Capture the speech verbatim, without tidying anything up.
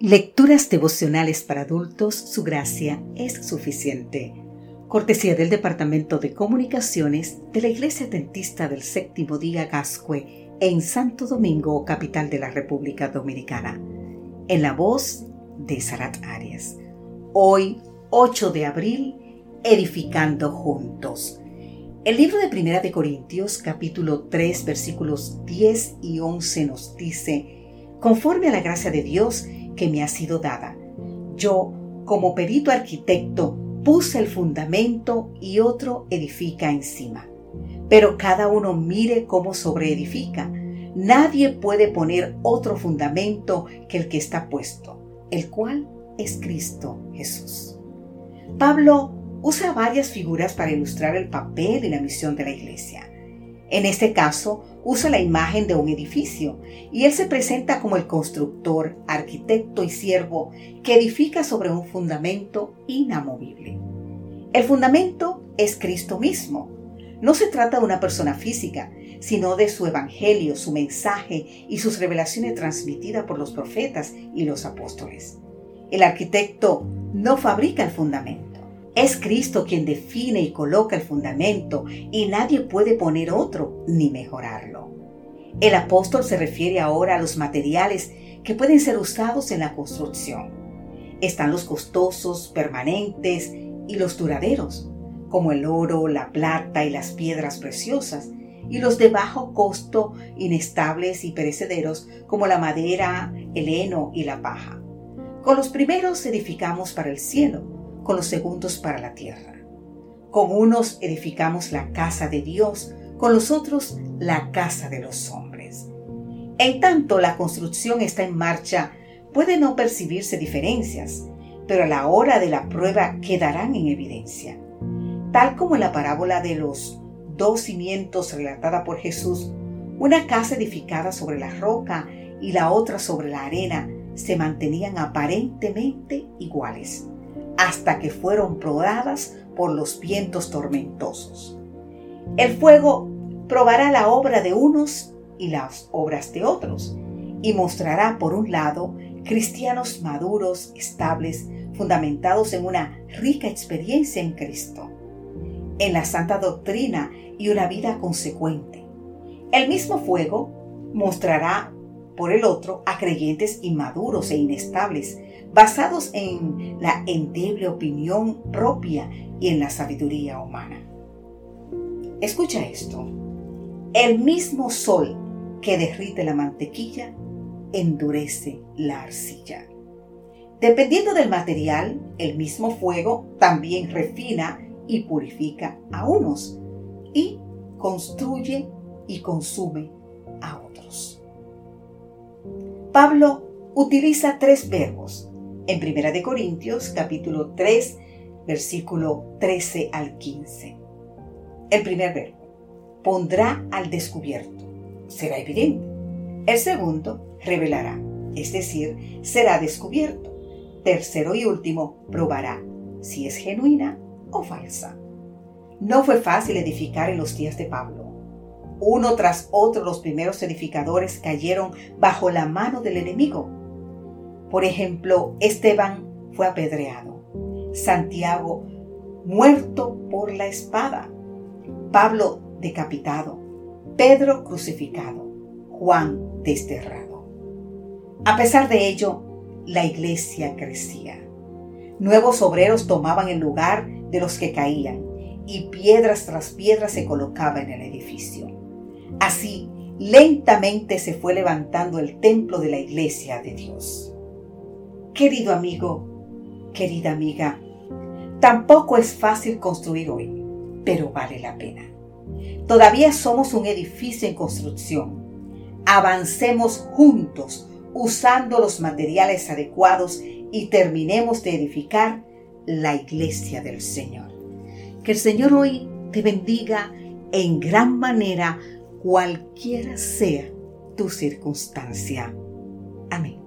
Lecturas devocionales para adultos, su gracia es suficiente. Cortesía del Departamento de Comunicaciones de la Iglesia Adventista del Séptimo Día Gascue en Santo Domingo, capital de la República Dominicana. En la voz de Sarat Arias. Hoy, ocho de abril, edificando juntos. El libro de Primera de Corintios, capítulo tres, versículos diez y once nos dice: conforme a la gracia de Dios que me ha sido dada, yo, como perito arquitecto, puse el fundamento y otro edifica encima. Pero cada uno mire cómo sobreedifica. Nadie puede poner otro fundamento que el que está puesto, el cual es Cristo Jesús. Pablo usa varias figuras para ilustrar el papel y la misión de la iglesia. En este caso, usa la imagen de un edificio y él se presenta como el constructor, arquitecto y siervo que edifica sobre un fundamento inamovible. El fundamento es Cristo mismo. No se trata de una persona física, sino de su evangelio, su mensaje y sus revelaciones transmitidas por los profetas y los apóstoles. El arquitecto no fabrica el fundamento. Es Cristo quien define y coloca el fundamento y nadie puede poner otro ni mejorarlo. El apóstol se refiere ahora a los materiales que pueden ser usados en la construcción. Están los costosos, permanentes y los duraderos, como el oro, la plata y las piedras preciosas, y los de bajo costo, inestables y perecederos, como la madera, el heno y la paja. Con los primeros edificamos para el cielo, con los segundos para la tierra. Con unos edificamos la casa de Dios, con los otros la casa de los hombres. En tanto la construcción está en marcha, puede no percibirse diferencias, pero a la hora de la prueba quedarán en evidencia. Tal como en la parábola de los dos cimientos relatada por Jesús, una casa edificada sobre la roca y la otra sobre la arena se mantenían aparentemente iguales, hasta que fueron probadas por los vientos tormentosos. El fuego probará la obra de unos y las obras de otros, y mostrará, por un lado, cristianos maduros, estables, fundamentados en una rica experiencia en Cristo, en la santa doctrina y una vida consecuente. El mismo fuego mostrará, por el otro, a creyentes inmaduros e inestables, basados en la endeble opinión propia y en la sabiduría humana. Escucha esto. El mismo sol que derrite la mantequilla endurece la arcilla. Dependiendo del material, el mismo fuego también refina y purifica a unos y construye y consume a otros. Pablo utiliza tres verbos en Primera de Corintios, capítulo tres, versículo trece al quince. El primer verbo, pondrá al descubierto, será evidente. El segundo, revelará, es decir, será descubierto. Tercero y último, probará si es genuina o falsa. No fue fácil edificar en los días de Pablo. Uno tras otro los primeros edificadores cayeron bajo la mano del enemigo. Por ejemplo, Esteban fue apedreado, Santiago muerto por la espada, Pablo decapitado, Pedro crucificado, Juan desterrado. A pesar de ello, la iglesia crecía. Nuevos obreros tomaban el lugar de los que caían y piedras tras piedras se colocaban en el edificio. Así, lentamente se fue levantando el templo de la iglesia de Dios. Querido amigo, querida amiga, tampoco es fácil construir hoy, pero vale la pena. Todavía somos un edificio en construcción. Avancemos juntos, usando los materiales adecuados y terminemos de edificar la iglesia del Señor. Que el Señor hoy te bendiga en gran manera, cualquiera sea tu circunstancia. Amén.